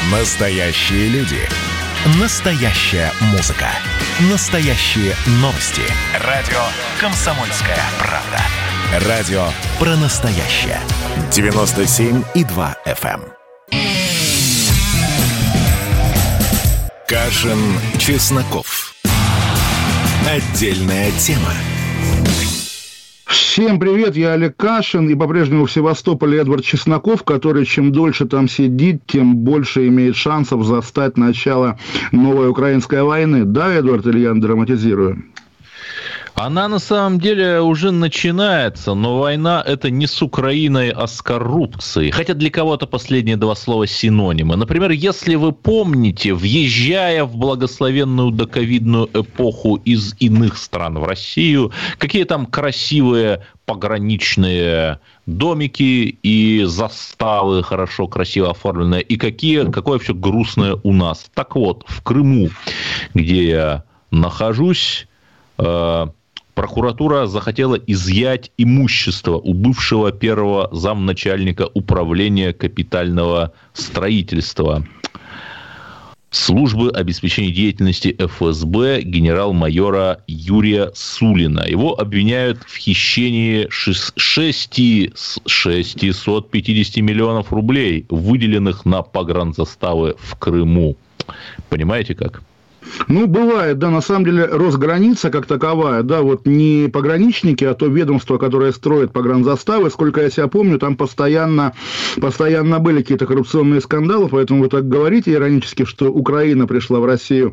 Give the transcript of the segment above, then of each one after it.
Настоящие люди. Настоящая музыка. Настоящие новости. Радио «Комсомольская правда». Радио про настоящее. 97,2 FM. Кашин, Чесноков. Отдельная тема. Всем привет, я Олег Кашин, и по-прежнему в Севастополе Эдвард Чесноков, который чем дольше там сидит, тем больше имеет шансов застать начало новой украинской войны. Да, Эдвард, или я драматизирую? Она на самом деле уже начинается, но война это не с Украиной, а с коррупцией. Хотя для кого-то последние два слова синонимы. Например, если вы помните, въезжая в благословенную доковидную эпоху из иных стран в Россию, какие там красивые пограничные домики и заставы хорошо, красиво оформленные, и какое все грустное у нас. Так вот, в Крыму, где я нахожусь, прокуратура захотела изъять имущество у бывшего первого замначальника управления капитального строительства службы обеспечения деятельности ФСБ генерал-майора Юрия Сулина. Его обвиняют в хищении 650 миллионов рублей, выделенных на погранзаставы в Крыму. Понимаете как? Ну, бывает, да, на самом деле Росграница как таковая, да, вот не пограничники, а то ведомство, которое строит погранзаставы, сколько я себя помню, там постоянно были какие-то коррупционные скандалы, поэтому вы так говорите иронически, что Украина пришла в Россию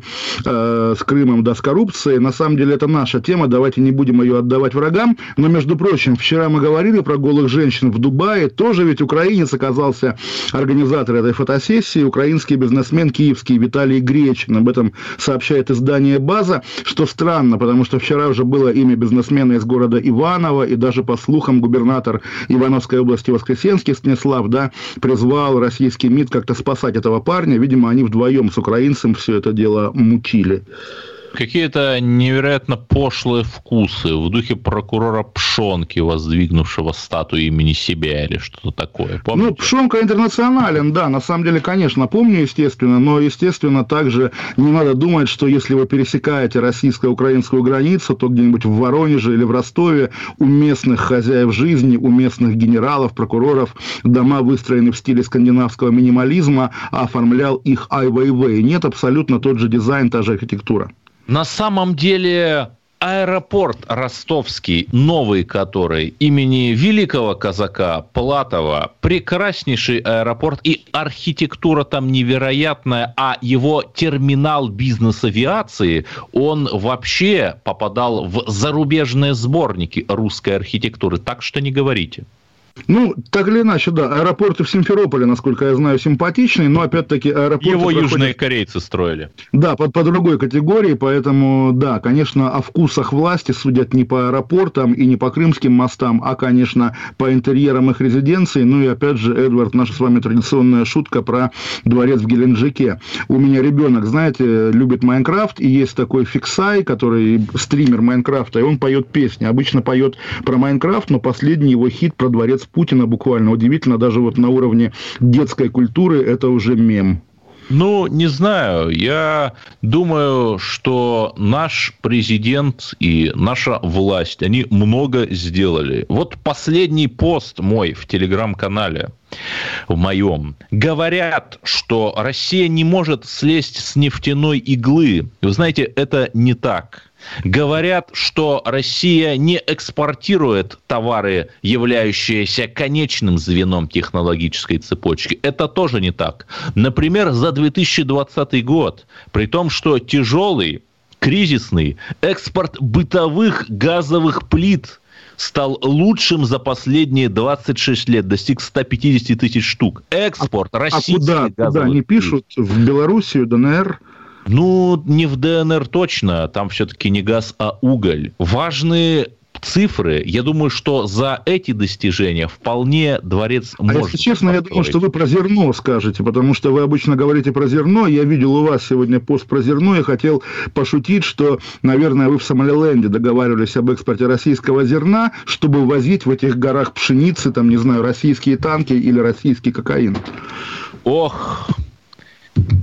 с Крымом, да, с коррупцией. На самом деле это наша тема, давайте не будем ее отдавать врагам, но, между прочим, вчера мы говорили про голых женщин в Дубае, тоже ведь украинец оказался организатор этой фотосессии, украинский бизнесмен киевский Виталий Гречин, об этом сообщает издание «База», что странно, потому что вчера уже было имя бизнесмена из города Иваново, и даже, по слухам, губернатор Ивановской области Воскресенский Станислав, да, призвал российский МИД как-то спасать этого парня. Видимо, они вдвоем с украинцем все это дело мутили. Какие-то невероятно пошлые вкусы в духе прокурора Пшонки, воздвигнувшего статую имени себя или что-то такое. Помните? Ну, Пшонка интернационален, да, на самом деле, конечно, помню, естественно, но, естественно, также не надо думать, что если вы пересекаете российско-украинскую границу, то где-нибудь в Воронеже или в Ростове у местных хозяев жизни, у местных генералов, прокуроров дома выстроены в стиле скандинавского минимализма, а оформлял их Ай Вейвей. Нет, абсолютно тот же дизайн, та же архитектура. На самом деле аэропорт ростовский, новый который, имени великого казака Платова, прекраснейший аэропорт, и архитектура там невероятная, а его терминал бизнес-авиации, он вообще попадал в зарубежные сборники русской архитектуры, так что не говорите. Ну, так или иначе, да, аэропорты в Симферополе, насколько я знаю, симпатичные, но, опять-таки, аэропорты... Его южные корейцы строили. Да, по другой категории, поэтому, да, конечно, о вкусах власти судят не по аэропортам и не по крымским мостам, а, конечно, по интерьерам их резиденций. Ну, и, опять же, Эдвард, наша с вами традиционная шутка про дворец в Геленджике. У меня ребенок, знаете, любит Майнкрафт, и есть такой Фиксай, который стример Майнкрафта, и он поет песни. Обычно поет про Майнкрафт, но последний его хит про дворец Путина буквально удивительно, даже вот на уровне детской культуры это уже мем. Ну, не знаю, я думаю, что наш президент и наша власть, они много сделали. Вот последний пост мой в телеграм-канале, в моем, говорят, что Россия не может слезть с нефтяной иглы. Вы знаете, это не так. Говорят, что Россия не экспортирует товары, являющиеся конечным звеном технологической цепочки. Это тоже не так. Например, за 2020 год, при том, что тяжелый, кризисный экспорт бытовых газовых плит стал лучшим за последние 26 лет, достиг 150 тысяч штук. Экспорт российских газовых плит. Куда они пишут? В Белоруссию, ДНР? Ну, не в ДНР точно, там все-таки не газ, а уголь. Важные цифры. Я думаю, что за эти достижения вполне дворец может... если честно, я думаю, что вы про зерно скажете, потому что вы обычно говорите про зерно. Я видел у вас сегодня пост про зерно и хотел пошутить, что, наверное, вы в Сомалиленде договаривались об экспорте российского зерна, чтобы возить в этих горах пшеницы, там, не знаю, российские танки или российский кокаин. Ох...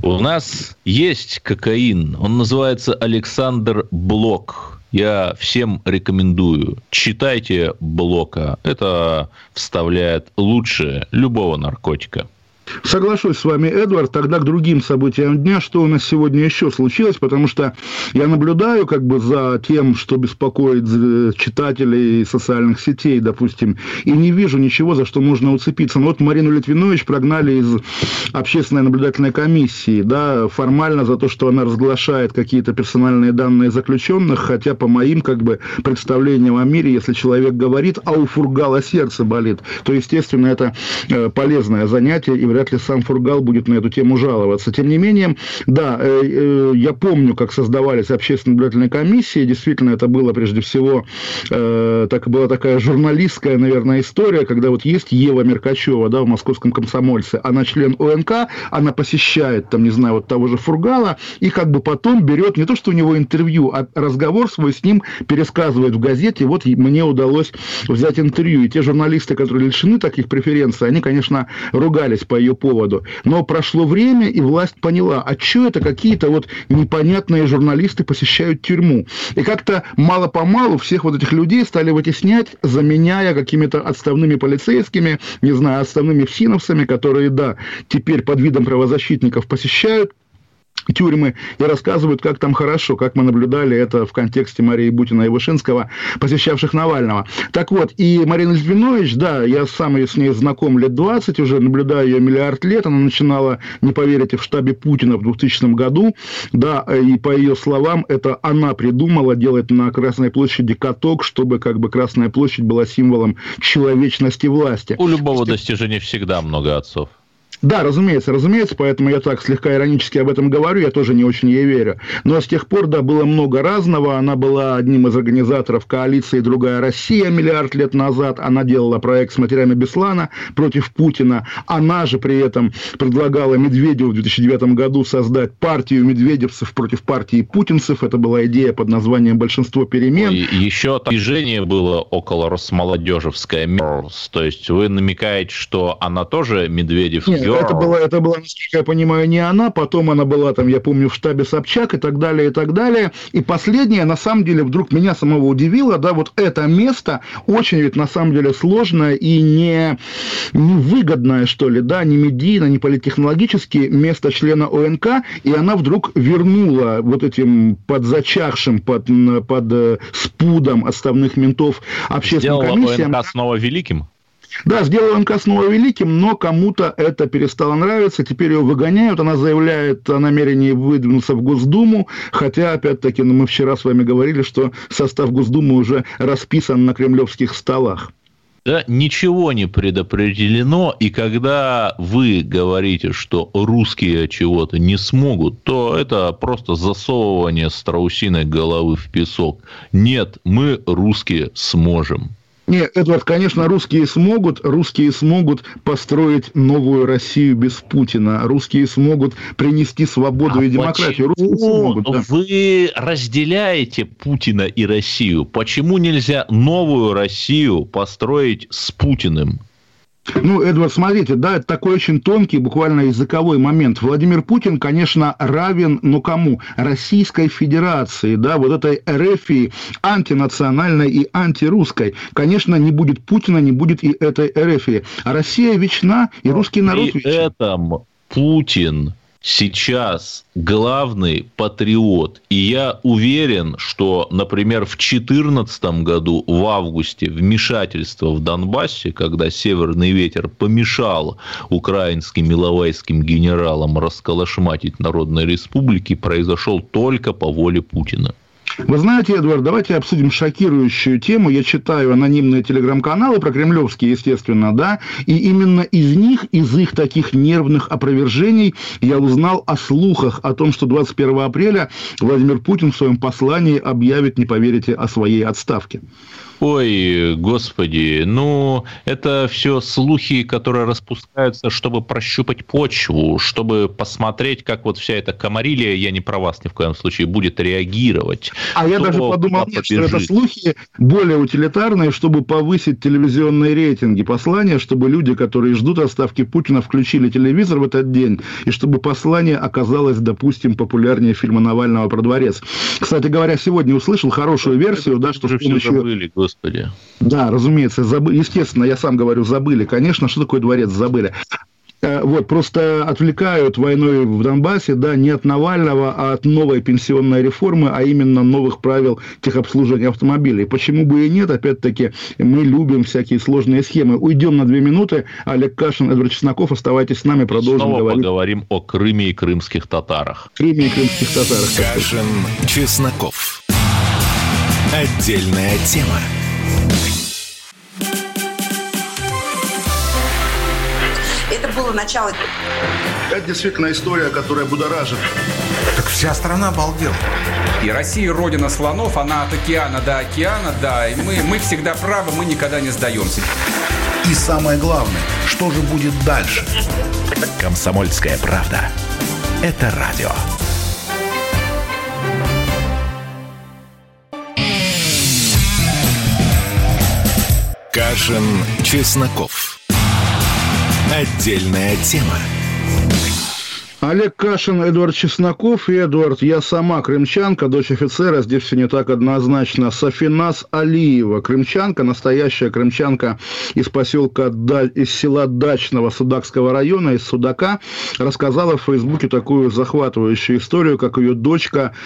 У нас есть кокаин, он называется Александр Блок. Я всем рекомендую. Читайте Блока. Это вставляет лучше любого наркотика. Соглашусь с вами, Эдвард. Тогда к другим событиям дня. Что у нас сегодня еще случилось? Потому что я наблюдаю за тем, что беспокоит читателей социальных сетей, допустим, и не вижу ничего, за что можно уцепиться. Но вот Марину Литвинович прогнали из общественной наблюдательной комиссии, да, формально за то, что она разглашает какие-то персональные данные заключенных, хотя по моим представлениям о мире, если человек говорит, а у Фургала сердце болит, то, естественно, это полезное занятие, и вряд ли сам Фургал будет на эту тему жаловаться. Тем не менее, да, я помню, как создавались общественные наблюдательные комиссии. Действительно, это было прежде всего была такая журналистская, наверное, история, когда вот есть Ева Меркачева, да, в «Московском комсомольце», она член ОНК, она посещает, того же Фургала, и потом берет не то, что у него интервью, а разговор свой с ним пересказывает в газете. Вот мне удалось взять интервью. И те журналисты, которые лишены таких преференций, они, конечно, ругались по ее поводу. Но прошло время, и власть поняла, а что это какие-то непонятные журналисты посещают тюрьму. И как-то мало-помалу всех этих людей стали вытеснять, заменяя какими-то отставными полицейскими, отставными ФСИНовцами, которые, да, теперь под видом правозащитников посещают тюрьмы и рассказывают, как там хорошо, как мы наблюдали это в контексте Марии Бутина и Вышинского, посещавших Навального. Так вот, и Марина Литвинович, да, я сам с ней знаком лет 20, уже наблюдаю ее миллиард лет, она начинала, не поверите, в штабе Путина в 2000 году, да, и по ее словам, это она придумала делать на Красной площади каток, чтобы Красная площадь была символом человечности власти. У любого достижения всегда много отцов. Да, разумеется, поэтому я так слегка иронически об этом говорю, я тоже не очень ей верю. Но с тех пор, да, было много разного, она была одним из организаторов коалиции «Другая Россия» миллиард лет назад, она делала проект с матерями Беслана против Путина, она же при этом предлагала Медведеву в 2009 году создать партию медведевцев против партии путинцев, это была идея под названием «Большинство перемен». Еще движение было около Росмолодежевское, то есть вы намекаете, что она тоже Медведев? Нет, это была, насколько я понимаю, не она, потом она была, я помню, в штабе Собчак и так далее, и так далее. И последнее, на самом деле, вдруг меня самого удивило, да, вот это место очень ведь на самом деле сложное и невыгодное, что ли, да, не медийно, не политтехнологически, место члена ОНК, и она вдруг вернула этим подзачахшим, под спудом отставных ментов общественным комиссиям. Сделала ОНК снова великим? Да, сделала ОНК снова великим, но кому-то это перестало нравиться, теперь ее выгоняют, она заявляет о намерении выдвинуться в Госдуму, хотя, опять-таки, мы вчера с вами говорили, что состав Госдумы уже расписан на кремлевских столах. Да, ничего не предопределено, и когда вы говорите, что русские чего-то не смогут, то это просто засовывание страусиной головы в песок. Нет, мы, русские, сможем. Нет, Эдвард, конечно, русские смогут построить новую Россию без Путина. Русские смогут принести свободу и демократию. Русские смогут, да. Вы разделяете Путина и Россию? Почему нельзя новую Россию построить с Путиным? Эдвард, смотрите, да, это такой очень тонкий, буквально языковой момент. Владимир Путин, конечно, равен, кому? Российской Федерации, да, этой РФии антинациональной и антирусской. Конечно, не будет Путина, не будет и этой РФии. А Россия вечна, и русский народ вечен. При этом Путин сейчас главный патриот. И я уверен, что, например, в 2014 году, в августе, вмешательство в Донбассе, когда Северный ветер помешал украинским иловайским генералам расколошматить Народной Республики, произошел только по воле Путина. Вы знаете, Эдвард, давайте обсудим шокирующую тему. Я читаю анонимные телеграм-каналы, про кремлевские, естественно, да, и именно из их таких нервных опровержений я узнал о слухах о том, что 21 апреля Владимир Путин в своем послании объявит, не поверите, о своей отставке. Ой, господи, это все слухи, которые распускаются, чтобы прощупать почву, чтобы посмотреть, как вот вся эта комарилия, я не про вас ни в коем случае, будет реагировать. А я даже подумал, что это слухи более утилитарные, чтобы повысить телевизионные рейтинги послания, чтобы люди, которые ждут отставки Путина, включили телевизор в этот день, и чтобы послание оказалось, допустим, популярнее фильма Навального про дворец. Кстати говоря, сегодня услышал хорошую версию, да, что с помощью... Забыли, господи. Да, разумеется, забыли. Естественно, я сам говорю, забыли. Конечно, что такое дворец, забыли. Вот, просто отвлекают войной в Донбассе, да, не от Навального, а от новой пенсионной реформы, а именно новых правил техобслуживания автомобилей. Почему бы и нет? Опять-таки, мы любим всякие сложные схемы. Уйдем на 2 минуты. Олег Кашин, Эдвард Чесноков. Оставайтесь с нами, продолжим снова говорить. Поговорим о Крыме и крымских татарах. Крыме и крымских татарах. Кашин, Чесноков. Отдельная тема. Это было начало. Это действительно история, которая будоражит. Так вся страна обалдела. И Россия родина слонов, она от океана до океана, да. И мы всегда правы, мы никогда не сдаемся. И самое главное, что же будет дальше? Комсомольская правда. Это радио. Кашин, Чесноков. Отдельная тема. Олег Кашин, Эдвард Чесноков. И, Эдвард, я сама крымчанка, дочь офицера. Здесь все не так однозначно. Сафиназ Алиева, крымчанка, настоящая крымчанка из поселка, из села Дачного Судакского района, из Судака, рассказала в Фейсбуке такую захватывающую историю, как ее дочка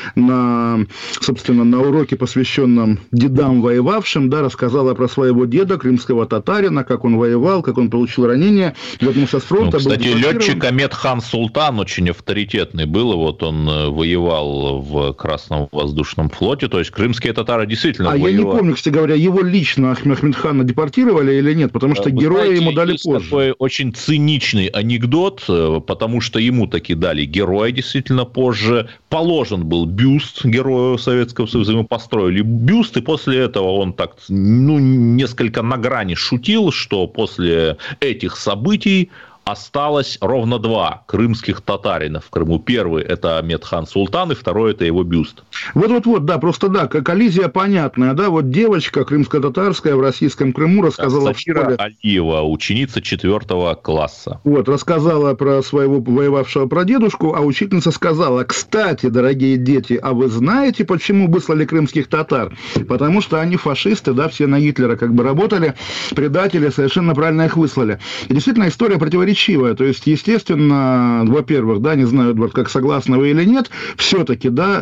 собственно, на уроке, посвященном дедам воевавшим, да, рассказала про своего деда, крымского татарина, как он воевал, как он получил ранение, вернулся с фронта. Кстати, летчик Амедхан Султан очень авторитетный был, вот он воевал в Красном воздушном флоте, то есть крымские татары действительно воевали. Я не помню, кстати говоря, его лично Ахмедхана депортировали или нет, потому что героя ему дали есть позже. Такой очень циничный анекдот, потому что ему таки дали героя действительно позже. Положен был бюст герою Советского Союза, ему построили бюст, и после этого он так, несколько на грани шутил, что после этих событий осталось ровно 2 крымских татарина в Крыму. Первый – это Амедхан Султан, и второй – это его бюст. Вот, да, просто да, коллизия понятная, да, вот девочка крымско-татарская в российском Крыму рассказала в школе... Сафира Алиева, ученица 4 класса. Вот, рассказала про своего воевавшего прадедушку, а учительница сказала: кстати, дорогие дети, а вы знаете, почему выслали крымских татар? Потому что они фашисты, да, все на Гитлера как бы работали, предатели, совершенно правильно их выслали. И действительно, история противоречивая. То есть, естественно, во-первых, да, не знаю, Эдвард, как согласны вы или нет, все-таки, да,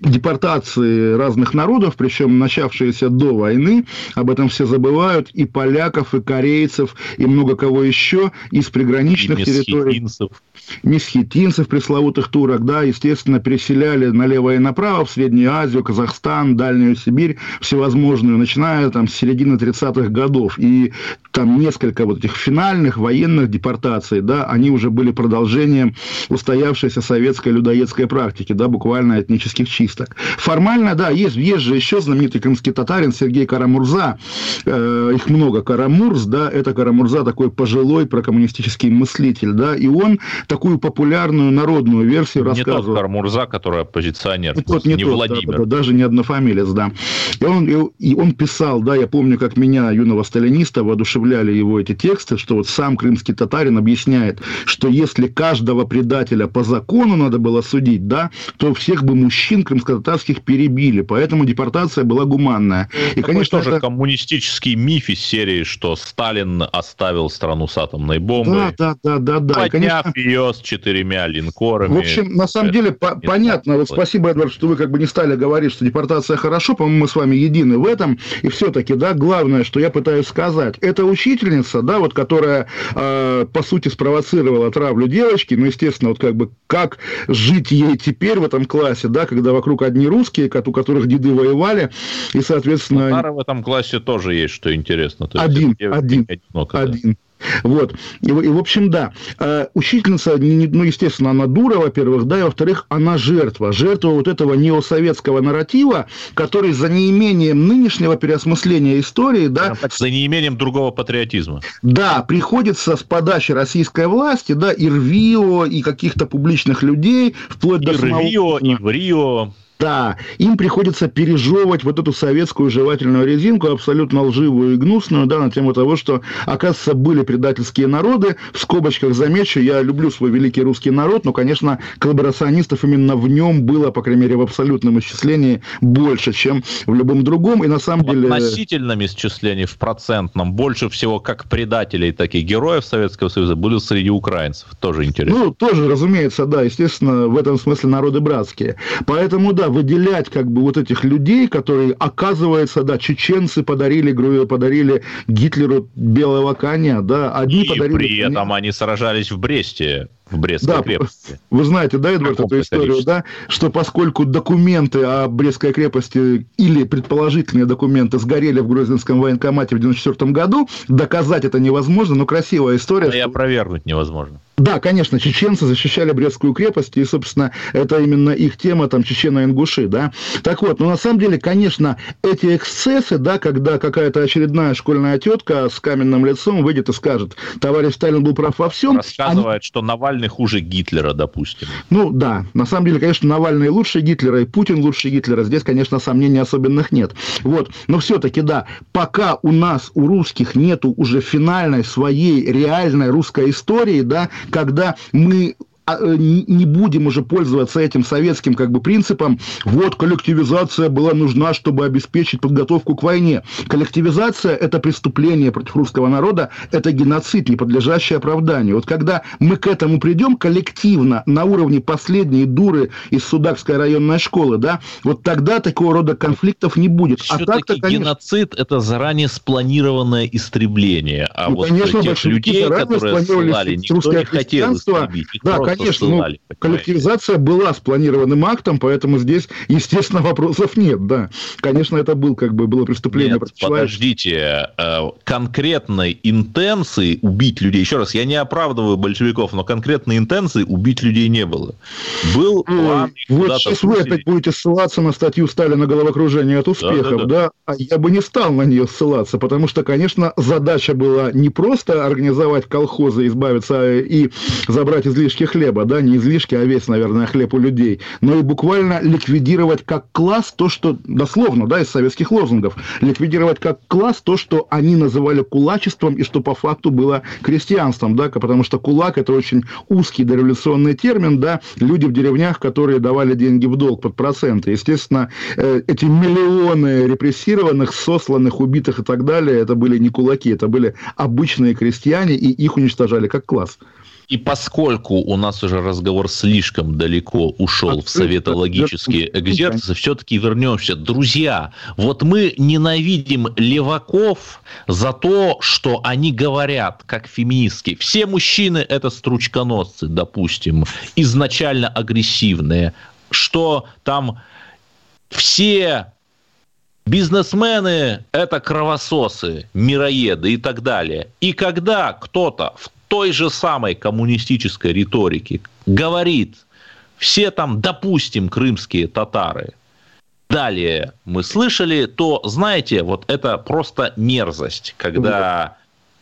депортации разных народов, причем начавшиеся до войны, об этом все забывают, и поляков, и корейцев, и много кого еще из приграничных территорий. Месхетинцев, пресловутых турок, да, естественно, переселяли налево и направо, в Среднюю Азию, Казахстан, Дальнюю Сибирь, всевозможную, начиная там с середины 30-х годов. И там несколько вот этих финальных военных депортаций, да, они уже были продолжением устоявшейся советской людоедской практики, да, буквально этнических чисток. Формально, да, есть же еще знаменитый крымский татарин Сергей Карамурза, их много, Карамурз, да, это Карамурза такой пожилой прокоммунистический мыслитель, да, и он такую популярную народную версию рассказывал. Не тот Карамурза, который оппозиционер, не Владимир. Да, даже не однофамилец, да. И он писал, да, я помню, как меня, юного сталиниста, воодушевляли его эти тексты, что вот сам крымский татарин объясняет, что если каждого предателя по закону надо было судить, да, то всех бы мужчин крымско-татарских перебили, поэтому депортация была гуманная. И, конечно, тоже коммунистический миф из серии, что Сталин оставил страну с атомной бомбой. Да. Подняв ее с 4 линкорами. В общем, на самом деле, понятно. Вот спасибо, Эдвард, что вы как бы не стали говорить, что депортация хорошо, по-моему, мы с вами едины в этом. И все-таки, да, главное, что я пытаюсь сказать, это учительница, да, вот, которая, по сути, спровоцировала травлю девочки, ну, естественно, вот как бы, как жить ей теперь в этом классе, да, когда вокруг одни русские, у которых деды воевали, и, соответственно... Татары в этом классе тоже есть, что интересно. То один. Вот. И, в общем, да. Учительница, ну, естественно, она дура, во-первых, да, и, во-вторых, она жертва. Жертва вот этого неосоветского нарратива, который за неимением нынешнего переосмысления истории, да... За неимением другого патриотизма. Да, приходится с подачи российской власти, да, и РВИО, и каких-то публичных людей, вплоть до самого... РВИО, и в Рио... Да, им приходится пережевывать вот эту советскую жевательную резинку, абсолютно лживую и гнусную, да, на тему того, что, оказывается, были предательские народы. В скобочках замечу, я люблю свой великий русский народ, но, конечно, коллаборационистов именно в нем было, по крайней мере, в абсолютном исчислении больше, чем в любом другом. И на самом деле... В относительном исчислении, в процентном, больше всего как предателей, так и героев Советского Союза были среди украинцев. Тоже интересно. Ну, тоже, разумеется, да, естественно, в этом смысле народы братские. Поэтому, да, выделять как бы вот этих людей, которые, оказывается, да, чеченцы подарили Гитлеру белого коня, да, одни и подарили... при этом они сражались в Бресте. В Брестской крепости. Вы знаете, да, Эдвард, эту историю, да, что поскольку документы о Брестской крепости или предположительные документы сгорели в Грозненском военкомате в 1994 году, доказать это невозможно, но красивая история. И опровергнуть невозможно. Да, конечно, чеченцы защищали Брестскую крепость, и, собственно, это именно их тема, там, чечено-ингуши, да. Так вот, ну, на самом деле, конечно, эти эксцессы, да, когда какая-то очередная школьная тетка с каменным лицом выйдет и скажет, товарищ Сталин был прав во всем. Рассказывает, что Навальный хуже Гитлера, допустим. Ну, да, на самом деле, конечно, Навальный лучше Гитлера, и Путин лучше Гитлера, здесь, конечно, сомнений особенных нет. Вот, но все-таки, да, пока у нас, у русских, нету уже финальной своей реальной русской истории, да, когда мы не будем уже пользоваться этим советским как бы принципом, вот коллективизация была нужна, чтобы обеспечить подготовку к войне. Коллективизация – это преступление против русского народа, это геноцид, не подлежащий оправданию. Вот когда мы к этому придем коллективно, на уровне последней дуры из Судакской районной школы, да, вот тогда такого рода конфликтов не будет. Все-таки геноцид – это заранее спланированное истребление. А ну, вот конечно, тех людей, которые ссылали, никто не хотел истребить. Да, конечно, ну, коллективизация была спланированным актом, поэтому здесь, естественно, вопросов нет, да. Конечно, это было преступление против человека. Подождите, конкретной интенции убить людей, еще раз, я не оправдываю большевиков, но конкретной интенции убить людей не было. Был план... Вот сейчас вы опять будете ссылаться на статью Сталина «Головокружение от успехов», да? А я бы не стал на нее ссылаться, потому что, конечно, задача была не просто организовать колхозы, избавиться и забрать излишки хлеба, да, не излишки, а весь, наверное, хлеб у людей, но и буквально ликвидировать как класс то, что, дословно, да, из советских лозунгов, ликвидировать как класс то, что они называли кулачеством и что по факту было крестьянством, да, потому что кулак – это очень узкий дореволюционный термин, да, люди в деревнях, которые давали деньги в долг под проценты. Естественно, эти миллионы репрессированных, сосланных, убитых и так далее, это были не кулаки, это были обычные крестьяне, и их уничтожали как класс. И поскольку у нас уже разговор слишком далеко ушел в советологические экзерцисы, все-таки вернемся. Друзья, вот мы ненавидим леваков за то, что они говорят, как феминистки. Все мужчины – это стручконосцы, допустим, изначально агрессивные, что там все... бизнесмены – это кровососы, мироеды и так далее. И когда кто-то в той же самой коммунистической риторике говорит, все там, допустим, крымские татары, далее мы слышали, то, знаете, вот это просто мерзость, когда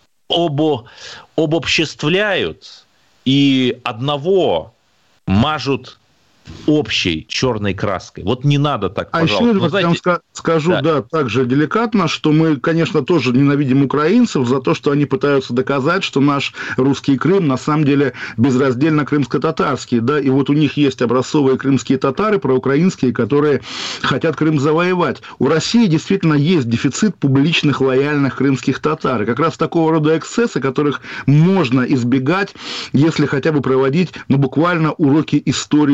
обобществляют и одного мажут общей черной краской. Вот не надо так, пожалуйста. А еще я вам скажу, да, также деликатно, что мы, конечно, тоже ненавидим украинцев за то, что они пытаются доказать, что наш русский Крым на самом деле безраздельно крымско-татарский, да, и вот у них есть образцовые крымские татары, проукраинские, которые хотят Крым завоевать. У России действительно есть дефицит публичных лояльных крымских татар, и как раз такого рода эксцессы, которых можно избегать, если хотя бы проводить, ну, буквально уроки истории для учителей.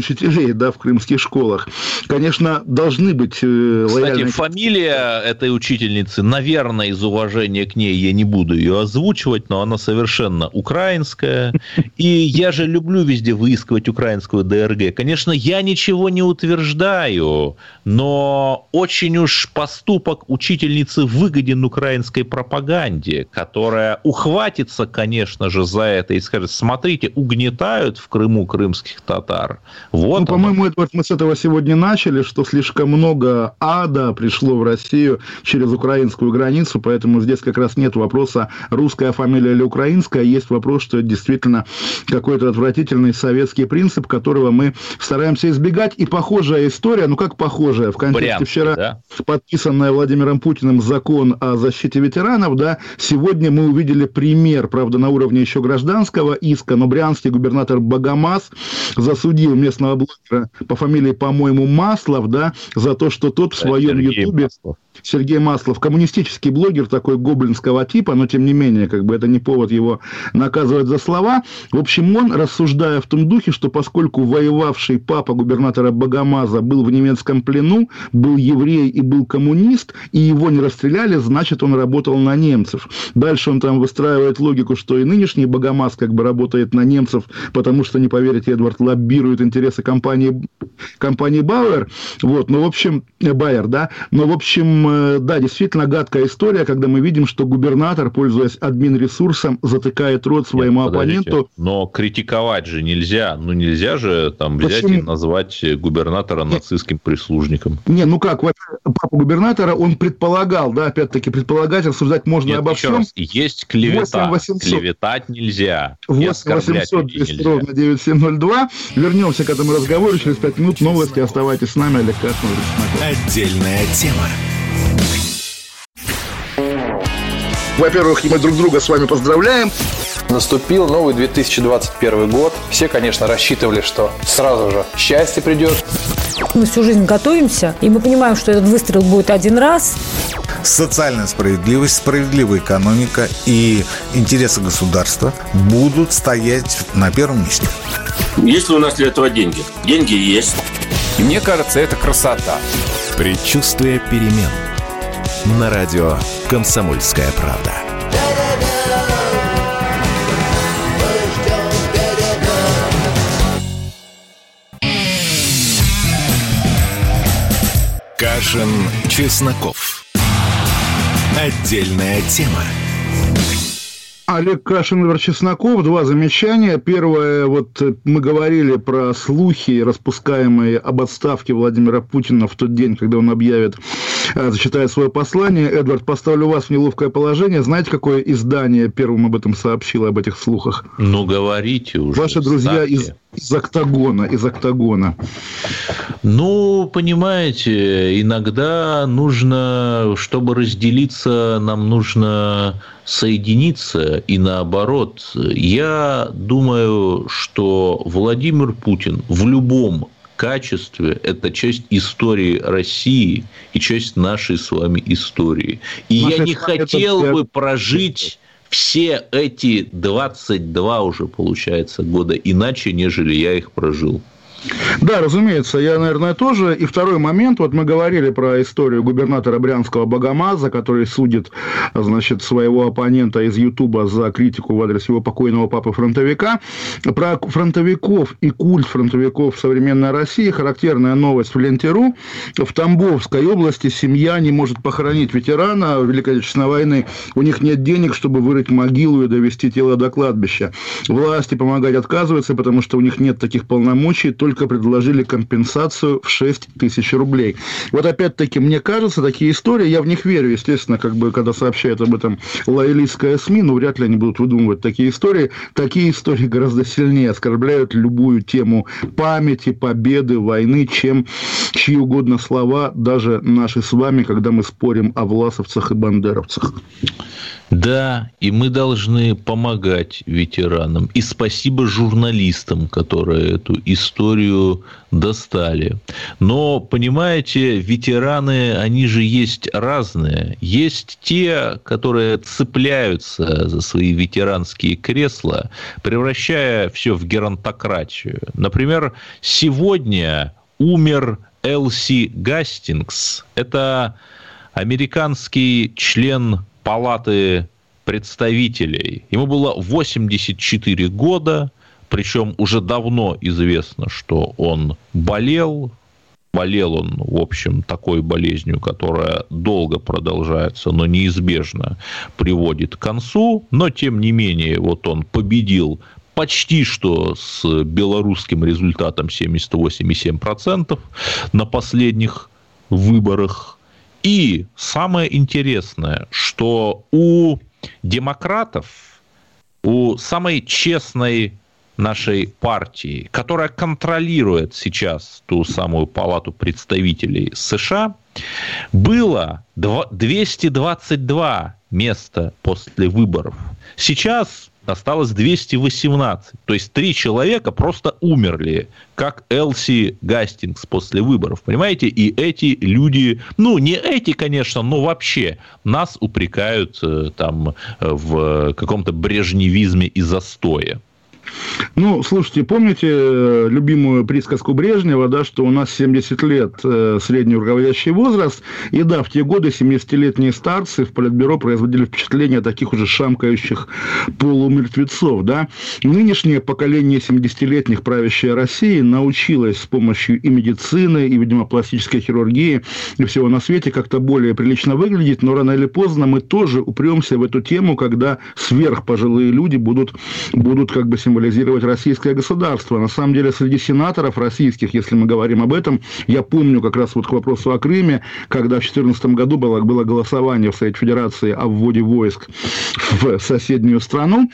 учителей, да, в крымских школах. Конечно, должны быть лояльные... Кстати, фамилия этой учительницы, наверное, из уважения к ней я не буду ее озвучивать, но она совершенно украинская. И я же люблю везде выискивать украинскую ДРГ. Конечно, я ничего не утверждаю, но очень уж поступок учительницы выгоден украинской пропаганде, которая ухватится, конечно же, за это и скажет: смотрите, угнетают в Крыму крымских татар. Вот, ну, по-моему, вот мы с этого сегодня начали, что слишком много ада пришло в Россию через украинскую границу, поэтому здесь как раз нет вопроса, русская фамилия или украинская, есть вопрос, что это действительно какой-то отвратительный советский принцип, которого мы стараемся избегать. И похожая история, ну как похожая, в контексте вчера подписанная Владимиром Путиным закон о защите ветеранов, да, сегодня мы увидели пример, правда, на уровне еще гражданского иска, но брянский губернатор Богомаз засудил местного блогера по фамилии, по-моему, Маслов, да, за то, что тот в своем ютубе... Сергей Маслов, коммунистический блогер такой гоблинского типа, но тем не менее, как бы это не повод его наказывать за слова. В общем, он, рассуждая в том духе, что поскольку воевавший папа губернатора Богомаза был в немецком плену, был еврей и был коммунист, и его не расстреляли, значит, он работал на немцев. Дальше он там выстраивает логику, что и нынешний Богомаз как бы работает на немцев, потому что, не поверите, Эдвард лоббирует интересы компании Бауэр, вот, ну, в общем, Байер, да, но, в общем, да, действительно гадкая история, когда мы видим, что губернатор, пользуясь админ-ресурсом, затыкает рот своему оппоненту. Но критиковать же нельзя. Ну, нельзя же там взять и назвать губернатора нацистским прислужником. Не, ну как, папа губернатора, он предполагал, да, опять-таки, предполагать, рассуждать можно. Нет, обо всем. Раз, есть клевета. 8-800. Клеветать нельзя. 8-800-200-97-02. Вернемся к этому разговору через 5 минут. Новости. Оставайтесь с нами. Олег Кашин. Отдельная тема. Во-первых, мы друг друга с вами поздравляем. Наступил новый 2021 год. Все, конечно, рассчитывали, что сразу же счастье придет. Мы всю жизнь готовимся, и мы понимаем, что этот выстрел будет один раз. Социальная справедливость, справедливая экономика и интересы государства будут стоять на первом месте. Есть ли у нас для этого деньги? Деньги есть. И мне кажется, это красота. Предчувствие перемен. На радио «Комсомольская правда». Кашин, Чесноков. Отдельная тема. Олег Кашин, Эдвард Чесноков. Два замечания. Первое, вот мы говорили про слухи, распускаемые об отставке Владимира Путина в тот день, когда он объявит, зачитает свое послание. Эдвард, поставлю вас в неловкое положение. Знаете, какое издание первым об этом сообщило, об этих слухах? Ну, говорите уже. Ваши друзья из «Октагона». Ну, понимаете, иногда нужно, чтобы разделиться, нам нужно соединиться, и наоборот. Я думаю, что Владимир Путин в любом качестве – это часть истории России и часть нашей с вами истории. И я не хотел бы прожить все эти 22 уже, получается, года иначе, нежели я их прожил. Да, разумеется, я, наверное, тоже. И второй момент, вот мы говорили про историю губернатора брянского Богомаза, который судит, значит, своего оппонента из Ютуба за критику в адрес его покойного папы-фронтовика. Про фронтовиков и культ фронтовиков в современной России характерная новость в Ленте.ру. В Тамбовской области семья не может похоронить ветерана Великой Отечественной войны. У них нет денег, чтобы вырыть могилу и довести тело до кладбища. Власти помогать отказываются, потому что у них нет таких полномочий, только предложили компенсацию в 6 тысяч рублей. Вот опять-таки, мне кажется, такие истории, я в них верю, естественно, как бы, когда сообщают об этом лоялистская СМИ, но вряд ли они будут выдумывать такие истории. Такие истории гораздо сильнее оскорбляют любую тему памяти, победы, войны, чем чьи угодно слова, даже наши с вами, когда мы спорим о власовцах и бандеровцах. Да, и мы должны помогать ветеранам. И спасибо журналистам, которые эту историю достали. Но, понимаете, ветераны, они же есть разные. Есть те, которые цепляются за свои ветеранские кресла, превращая все в геронтократию. Например, сегодня умер Элси Гастингс. Это американский член Палаты представителей. Ему было 84 года, причем уже давно известно, что он болел. Болел он, в общем, такой болезнью, которая долго продолжается, но неизбежно приводит к концу. Но, тем не менее, вот он победил почти что с белорусским результатом 78,7% на последних выборах. И самое интересное, что у демократов, у самой честной нашей партии, которая контролирует сейчас ту самую Палату представителей США, было 222 места после выборов. Сейчас осталось 218. То есть 3 человека просто умерли, как Элси Гастингс после выборов. Понимаете? И эти люди, ну, не эти, конечно, но вообще нас упрекают там в каком-то брежневизме и застое. Ну, слушайте, помните любимую присказку Брежнева, да, что у нас 70 лет средний руководящий возраст, и да, в те годы 70-летние старцы в Политбюро производили впечатление таких уже шамкающих полумертвецов, да. Нынешнее поколение 70-летних, правящее Россией, научилось с помощью и медицины, и, видимо, пластической хирургии, и всего на свете как-то более прилично выглядеть, но рано или поздно мы тоже упремся в эту тему, когда сверхпожилые люди будут как бы символизировать российское государство. На самом деле, среди сенаторов российских, если мы говорим об этом, я помню как раз вот к вопросу о Крыме, когда в 2014 году было голосование в Совете Федерации о вводе войск в соседнюю страну,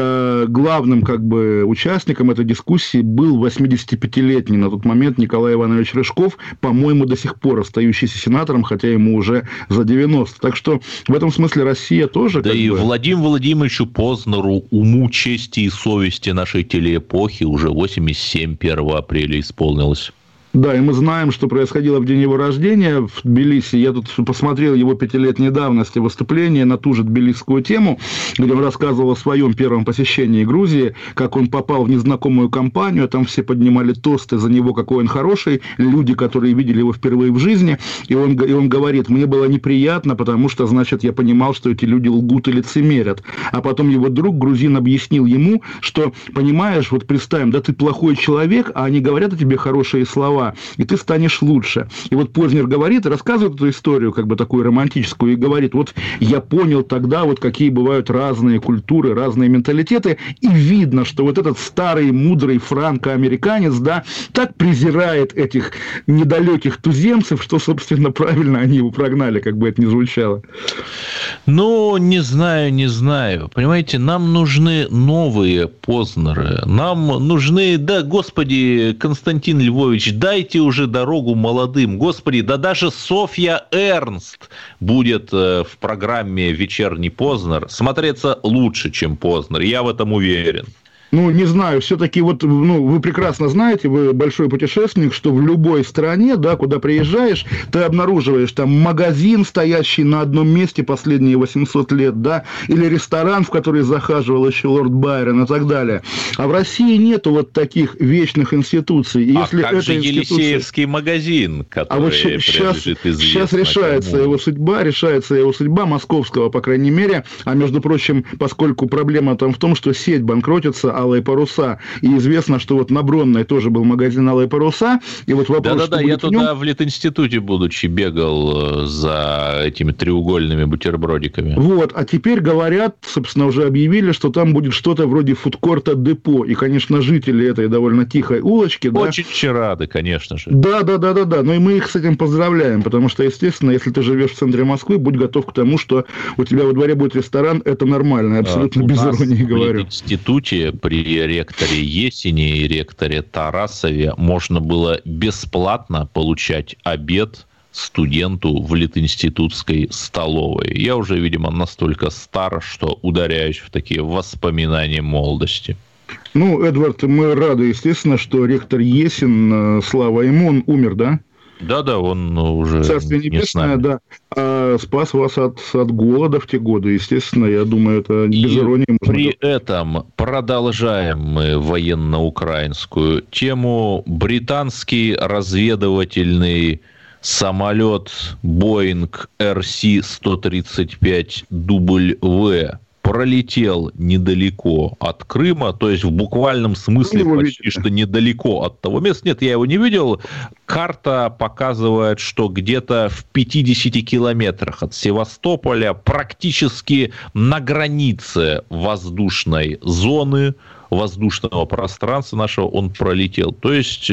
главным как бы участником этой дискуссии был 85-летний на тот момент Николай Иванович Рыжков, по-моему, до сих пор остающийся сенатором, хотя ему уже за 90. Так что в этом смысле Россия тоже... Да и Владимиру Владимировичу Познеру, уму, чести и совести нашей телеэпохи уже 87 1 апреля исполнилось. Да, и мы знаем, что происходило в день его рождения в Тбилиси. Я тут посмотрел его 5-летней давности выступление на ту же тбилисскую тему, где он рассказывал о своем первом посещении Грузии, как он попал в незнакомую компанию, там все поднимали тосты за него, какой он хороший, люди, которые видели его впервые в жизни, и он говорит, мне было неприятно, потому что, значит, я понимал, что эти люди лгут и лицемерят. А потом его друг, грузин, объяснил ему, что, понимаешь, вот представим, да ты плохой человек, а они говорят о тебе хорошие слова, и ты станешь лучше. И вот Познер говорит, рассказывает эту историю, как бы такую романтическую, и говорит, вот я понял тогда, вот какие бывают разные культуры, разные менталитеты, и видно, что вот этот старый, мудрый франко-американец, да, так презирает этих недалеких туземцев, что, собственно, правильно они его прогнали, как бы это ни звучало. Ну, не знаю. Понимаете, нам нужны новые Познеры, нам нужны, да, господи, Константин Львович, дайте уже дорогу молодым. Господи, да даже Софья Эрнст будет в программе «Вечерний Познер» смотреться лучше, чем Познер. Я в этом уверен. Ну, не знаю, все-таки вот, ну, вы прекрасно знаете, вы большой путешественник, что в любой стране, да, куда приезжаешь, ты обнаруживаешь там магазин, стоящий на одном месте последние 800 лет, да, или ресторан, в который захаживал еще лорд Байрон и так далее. А в России нету вот таких вечных институций. И если как же Елисеевский магазин, который принадлежит известно сейчас решается его судьба московского, по крайней мере, а между прочим, поскольку проблема там в том, что сеть банкротится, «Алые паруса», и известно, что вот на Бронной тоже был магазин «Алые паруса», и вот вопрос, да, я туда в Литинституте, будучи, бегал за этими треугольными бутербродиками. Вот, а теперь говорят, собственно, уже объявили, что там будет что-то вроде фудкорта «Депо», и, конечно, жители этой довольно тихой улочки... Очень рады, конечно же. Да, но и мы их с этим поздравляем, потому что, естественно, если ты живешь в центре Москвы, будь готов к тому, что у тебя во дворе будет ресторан, это нормально, абсолютно без иронии говорю. В Институте при ректоре Есени и ректоре Тарасове можно было бесплатно получать обед студенту в литинститутской столовой. Я уже, видимо, настолько стар, что ударяюсь в такие воспоминания молодости. Ну, Эдвард, мы рады, естественно, что ректор Есин, слава ему, он умер, да? Да, он уже Царствие небесное, да. Спас вас от голода в те годы, естественно, я думаю, это без иронии. При этом продолжаем мы военно-украинскую тему. Британский разведывательный самолет Boeing RC-135W пролетел недалеко от Крыма, то есть в буквальном смысле почти что недалеко от того места. Нет, я его не видел. Карта показывает, что где-то в 50 километрах от Севастополя, практически на границе воздушной зоны, воздушного пространства нашего, он пролетел. То есть,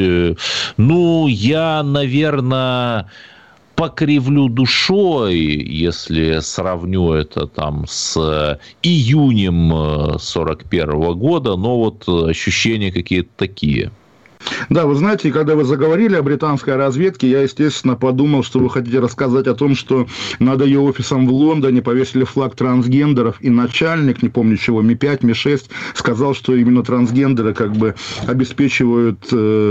я, наверное, покривлю душой, если сравню это там с июнем 1941 года, но вот ощущения какие-то такие. Да, вы знаете, когда вы заговорили о британской разведке, я, естественно, подумал, что вы хотите рассказать о том, что над ее офисом в Лондоне повесили флаг трансгендеров, и начальник, не помню чего, Ми-5, Ми-6, сказал, что именно трансгендеры как бы обеспечивают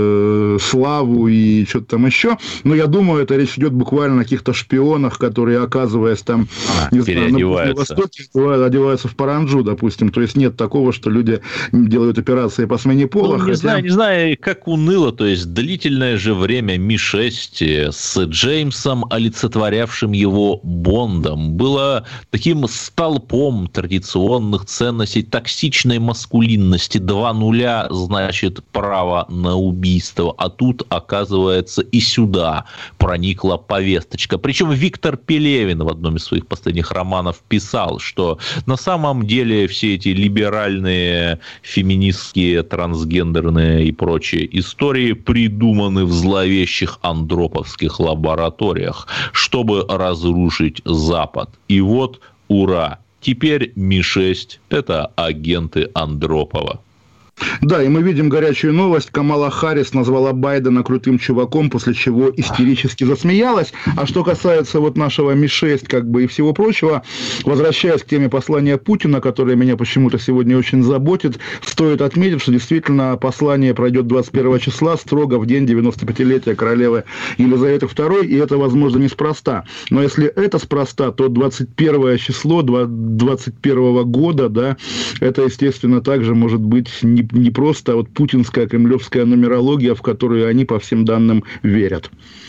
славу и что-то там еще. Но я думаю, это речь идет буквально о каких-то шпионах, которые, оказываясь там, не знаю, на Ближнем Востоке, одеваются в паранджу, допустим. То есть нет такого, что люди делают операции по смене пола. Не знаю, как уныло, то есть длительное же время Ми-6 с Джеймсом, олицетворявшим его Бондом, было таким столпом традиционных ценностей, токсичной маскулинности. 2 нуля значит право на убийство. А тут, оказывается, и сюда проникла повесточка. Причем Виктор Пелевин в одном из своих последних романов писал, что на самом деле все эти либеральные, феминистские, трансгендерные и прочие истории придуманы в зловещих андроповских лабораториях, чтобы разрушить Запад. И вот, ура, теперь Ми-6 – это агенты Андропова. Да, и мы видим горячую новость. Камала Харрис назвала Байдена крутым чуваком, после чего истерически засмеялась. А что касается вот нашего Ми-6 как бы и всего прочего, возвращаясь к теме послания Путина, которое меня почему-то сегодня очень заботит, стоит отметить, что действительно послание пройдет 21 числа, строго в день 95-летия королевы Елизаветы II, и это, возможно, неспроста. Но если это спроста, то 21 число 21 года, да, это, естественно, также может быть не просто вот путинская кремлевская нумерология, в которую они, по всем данным, верят.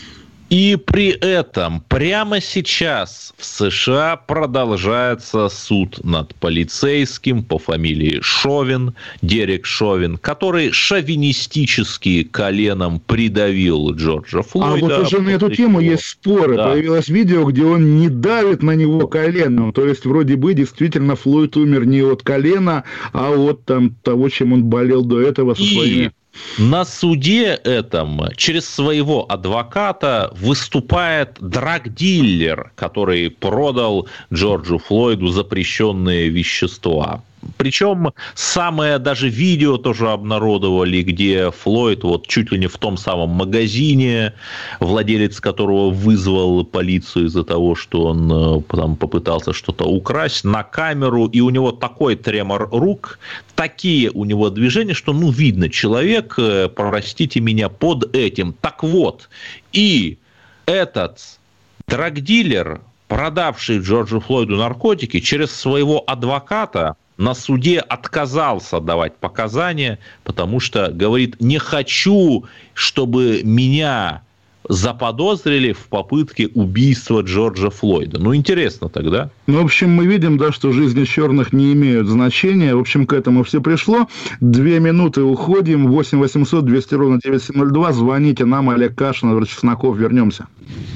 И при этом прямо сейчас в США продолжается суд над полицейским по фамилии Шовин, Дерек Шовин, который шовинистически коленом придавил Джорджа Флойда. А вот уже на эту тему есть споры. Да. Появилось видео, где он не давит на него коленом. То есть, вроде бы, действительно, Флойд умер не от колена, а от того, чем он болел до этого со своими... На суде этом через своего адвоката выступает драг-дилер, который продал Джорджу Флойду запрещенные вещества. Причем самое даже видео тоже обнародовали, где Флойд вот чуть ли не в том самом магазине, владелец которого вызвал полицию из-за того, что он там попытался что-то украсть, на камеру, и у него такой тремор рук, такие у него движения, что, видно, человек, простите меня, под этим. Так вот, и этот драг-дилер, продавший Джорджу Флойду наркотики, через своего адвоката на суде отказался давать показания, потому что говорит: не хочу, чтобы меня заподозрили в попытке убийства Джорджа Флойда. Интересно тогда. В общем, мы видим, да, что жизни черных не имеют значения. В общем, к этому все пришло. 2 минуты, уходим. 8 800 200 ровно 9702. Звоните нам. Олег Кашин, Эдвард Чесноков. Вернемся.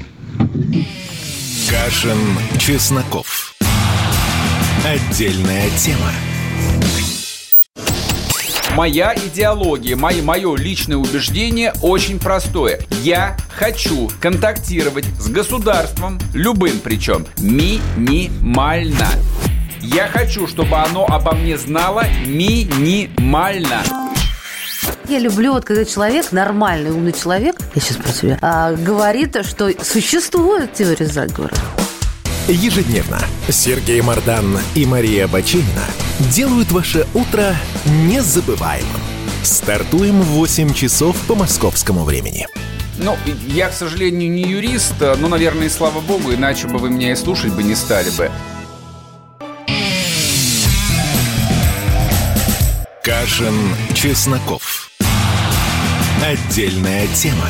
Кашин, Чесноков. Отдельная тема. Моя идеология, мое личное убеждение очень простое. Я хочу контактировать с государством, любым причем, минимально. Я хочу, чтобы оно обо мне знало минимально. Я люблю, вот когда человек, нормальный, умный человек, я сейчас про тебя, говорит, что существует теория заговора. Ежедневно Сергей Мардан и Мария Бачинина делают ваше утро незабываемым. Стартуем в 8 часов по московскому времени. Ну, я, к сожалению, не юрист, но, наверное, и слава богу, иначе бы вы меня и слушать бы не стали бы. Кашин, Чесноков. Отдельная тема.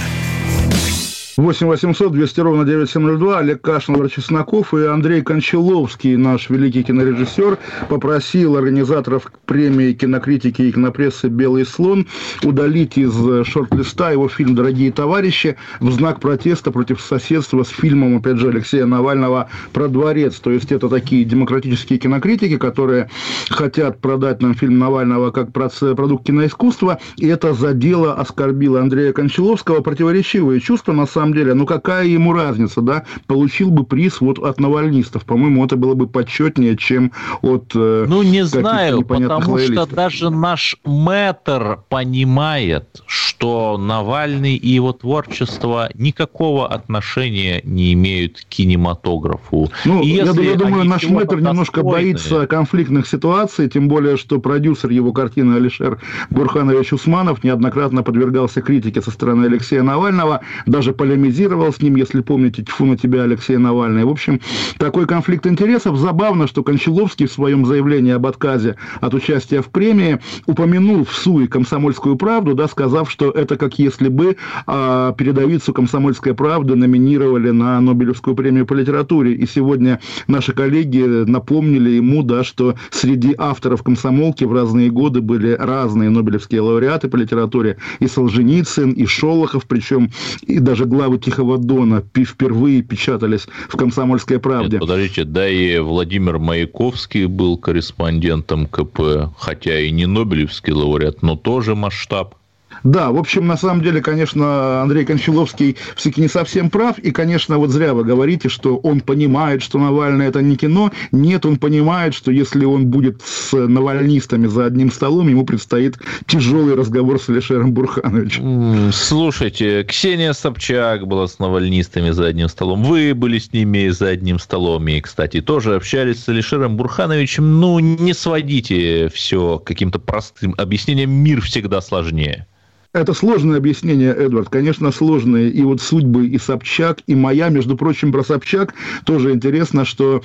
8 800 200 ровно 9702. Олег Кашин, Владимир Чесноков и Андрей Кончаловский, наш великий кинорежиссер, попросил организаторов премии кинокритики и кинопрессы «Белый слон» удалить из шорт-листа его фильм «Дорогие товарищи» в знак протеста против соседства с фильмом, опять же, Алексея Навального про дворец. То есть это такие демократические кинокритики, которые хотят продать нам фильм Навального как продукт киноискусства, и это задело, оскорбило Андрея Кончаловского. Противоречивые чувства, на самом деле, ну какая ему разница, да, получил бы приз вот от навальнистов, по-моему, это было бы почетнее, чем от ну, не знаю, потому лоялистов. Что даже наш мэтр понимает, что Навальный и его творчество никакого отношения не имеют к кинематографу. Ну, я думаю, наш мэтр немножко боится конфликтных ситуаций, тем более, что продюсер его картины Алишер Бурханович Усманов неоднократно подвергался критике со стороны Алексея Навального, даже полемизировал с ним, если помните, «Тьфу на тебя, Алексей Навальный». В общем, такой конфликт интересов. Забавно, что Кончаловский в своем заявлении об отказе от участия в премии упомянул в СУИ «Комсомольскую правду», да, сказав, что это как если бы передовицу «Комсомольской правды» номинировали на Нобелевскую премию по литературе. И сегодня наши коллеги напомнили ему, да, что среди авторов «Комсомолки» в разные годы были разные нобелевские лауреаты по литературе. И Солженицын, и Шолохов, причем и даже главы «Тихого Дона» впервые печатались в «Комсомольской правде». Нет, подождите, да и Владимир Маяковский был корреспондентом КП, хотя и не Нобелевский лауреат, но тоже масштаб. Да, в общем, на самом деле, конечно, Андрей Кончаловский все-таки не совсем прав, и, конечно, вот зря вы говорите, что он понимает, что Навальный – это не кино. Нет, он понимает, что если он будет с навальнистами за одним столом, ему предстоит тяжелый разговор с Алишером Бурхановичем. Слушайте, Ксения Собчак была с навальнистами за одним столом, вы были с ними за одним столом, и, кстати, тоже общались с Алишером Бурхановичем. Ну, не сводите все каким-то простым объяснением, мир всегда сложнее. Это сложное объяснение, Эдвард, конечно, сложные. И вот судьбы и Собчак, и моя, между прочим, про Собчак тоже интересно, что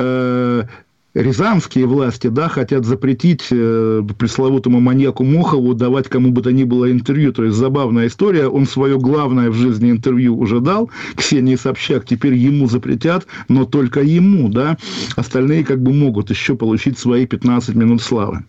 рязанские власти, да, хотят запретить пресловутому маньяку Мохову давать кому бы то ни было интервью. То есть забавная история. Он свое главное в жизни интервью уже дал Ксении Собчак. Теперь ему запретят, но только ему, да. Остальные как бы могут еще получить свои 15 минут славы.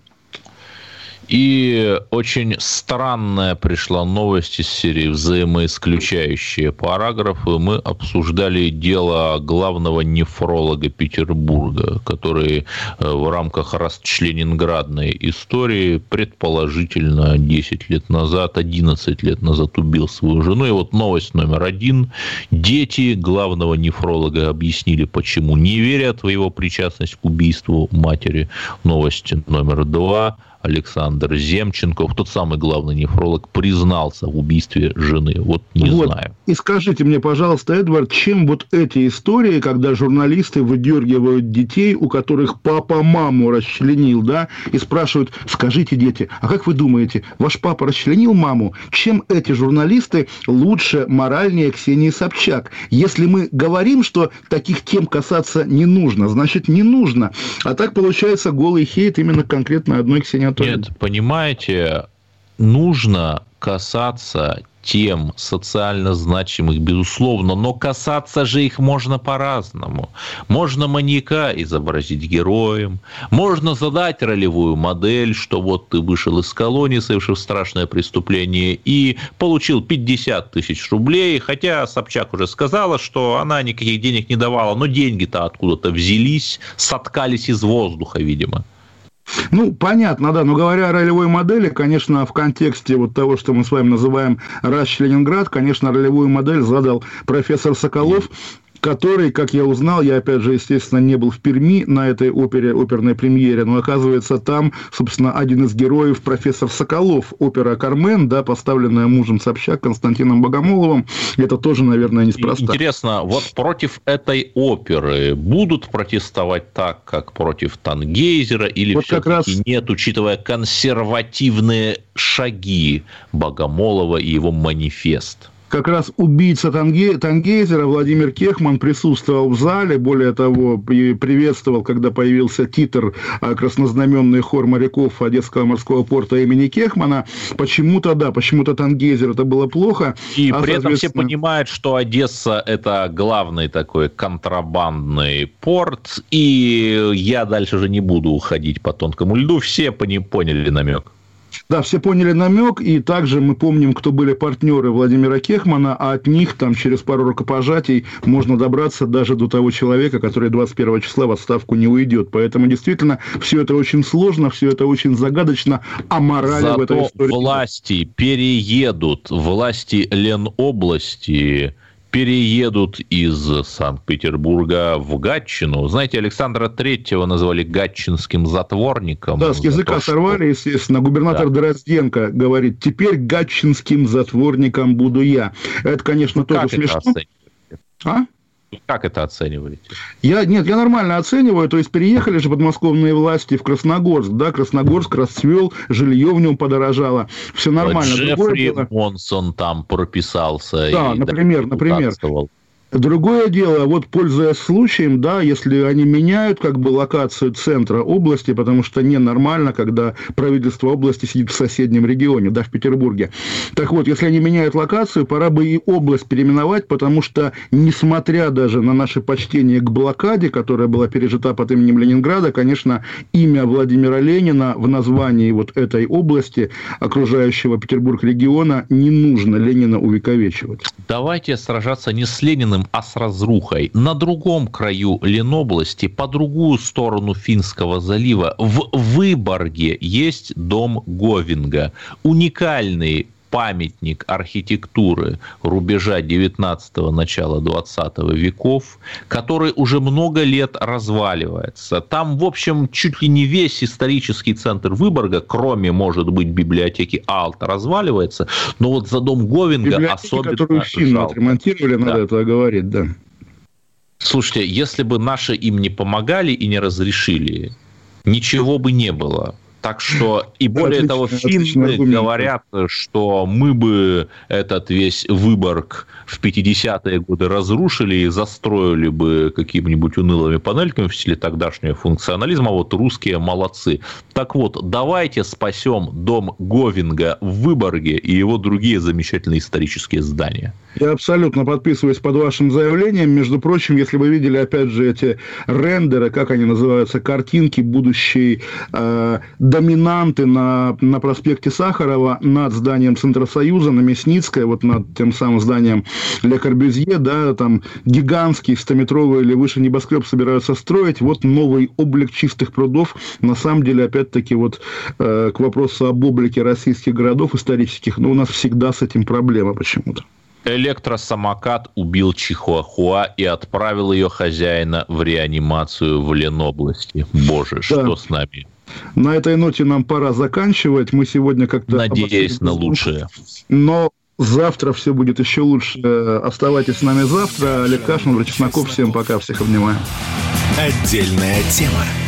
И очень странная пришла новость из серии «Взаимоисключающие параграфы». Мы обсуждали дело главного нефролога Петербурга, который в рамках расчленинградной истории предположительно 10 лет назад, 11 лет назад убил свою жену. И вот новость номер 1. Дети главного нефролога объяснили, почему не верят в его причастность к убийству матери. Новость номер 2. Александр Земченков, тот самый главный нефролог, признался в убийстве жены. Вот не знаю. И скажите мне, пожалуйста, Эдвард, чем вот эти истории, когда журналисты выдергивают детей, у которых папа маму расчленил, да, и спрашивают: скажите, дети, а как вы думаете, ваш папа расчленил маму? Чем эти журналисты лучше, моральнее Ксении Собчак? Если мы говорим, что таких тем касаться не нужно, значит, не нужно. А так получается голый хейт именно конкретно одной Ксении. Нет, понимаете, нужно касаться тем социально значимых, безусловно, но касаться же их можно по-разному. Можно маньяка изобразить героем, можно задать ролевую модель, что вот ты вышел из колонии, совершив страшное преступление, и получил 50 тысяч рублей, хотя Собчак уже сказала, что она никаких денег не давала, но деньги-то откуда-то взялись, соткались из воздуха, видимо. Ну, понятно, да, но говоря о ролевой модели, конечно, в контексте вот того, что мы с вами называем «Расчленинград», конечно, ролевую модель задал профессор Соколов. который, как я узнал, я, опять же, естественно, не был в Перми на этой оперной премьере, но, оказывается, там, собственно, один из героев профессор Соколов, опера «Кармен», да, поставленная мужем Собчак Константином Богомоловым. Это тоже, наверное, неспроста. Интересно, вот против этой оперы будут протестовать так, как против «Тангейзера», или вот все-таки нет, учитывая консервативные шаги Богомолова и его манифест? Как раз убийца Тангейзера Владимир Кехман присутствовал в зале, более того, приветствовал, когда появился титр «Краснознаменный хор моряков Одесского морского порта имени Кехмана». Почему-то Тангейзер это было плохо. И при этом все понимают, что Одесса – это главный такой контрабандный порт, и я дальше же не буду уходить по тонкому льду, все поняли намек. Да, все поняли намек, и также мы помним, кто были партнеры Владимира Кехмана, а от них там через пару рукопожатий можно добраться даже до того человека, который 21 числа в отставку не уйдет. Поэтому действительно все это очень сложно, все это очень загадочно, а морали в этой истории... власти переедут, власти Ленобласти переедут из Санкт-Петербурга в Гатчину. Знаете, Александра Третьего назвали гатчинским затворником. Да, с языка сорвали, естественно. Губернатор Дрозденко говорит, теперь гатчинским затворником буду я. Это, конечно, тоже смешно. Как это оцениваете? Я нормально оцениваю. То есть, переехали же подмосковные власти в Красногорск. Да, Красногорск расцвел, жилье в нем подорожало. Все нормально. Джеффри Монсон там прописался. Да, например. Другое дело, вот пользуясь случаем, да, если они меняют как бы локацию центра области, потому что ненормально, когда правительство области сидит в соседнем регионе, да, в Петербурге. Так вот, если они меняют локацию, пора бы и область переименовать, потому что, несмотря даже на наше почтение к блокаде, которая была пережита под именем Ленинграда, конечно, имя Владимира Ленина в названии вот этой области, окружающего Петербург региона, не нужно Ленина увековечивать. Давайте сражаться не с Лениным, а с разрухой. На другом краю Ленобласти, по другую сторону Финского залива, в Выборге есть дом Говинга. Уникальный памятник архитектуры рубежа 19-го, начала 20 веков, который уже много лет разваливается. Там, в общем, чуть ли не весь исторический центр Выборга, кроме, может быть, библиотеки Aalto, разваливается, но вот за дом Говинга библиотеки, особенно которую финны отремонтировали, надо это говорить, да. Слушайте, если бы наши им не помогали и не разрешили, ничего бы не было. Так что, и более того, финны говорят, что мы бы этот весь Выборг в 50-е годы разрушили и застроили бы какими-нибудь унылыми панельками в стиле тогдашнего функционализма, а вот русские молодцы. Так вот, давайте спасем дом Говинга в Выборге и его другие замечательные исторические здания. Я абсолютно подписываюсь под вашим заявлением. Между прочим, если вы видели, опять же, эти рендеры, как они называются, картинки будущей доминанты на проспекте Сахарова над зданием Центросоюза, на Мясницкой, вот над тем самым зданием Ле Корбюзье, да, там гигантский 100-метровый или выше небоскреб собираются строить. Вот новый облик Чистых прудов. На самом деле, опять-таки, вот к вопросу об облике российских городов исторических, у нас всегда с этим проблема почему-то. Электросамокат убил чихуахуа и отправил ее хозяина в реанимацию в Ленобласти. Боже, да. Что с нами? На этой ноте нам пора заканчивать. Мы сегодня как-то... Надеюсь на лучшее. Но завтра все будет еще лучше. Оставайтесь с нами завтра. Олег Кашин, Владимир Чесноков. Всем пока. Всех обнимаю. Отдельная тема.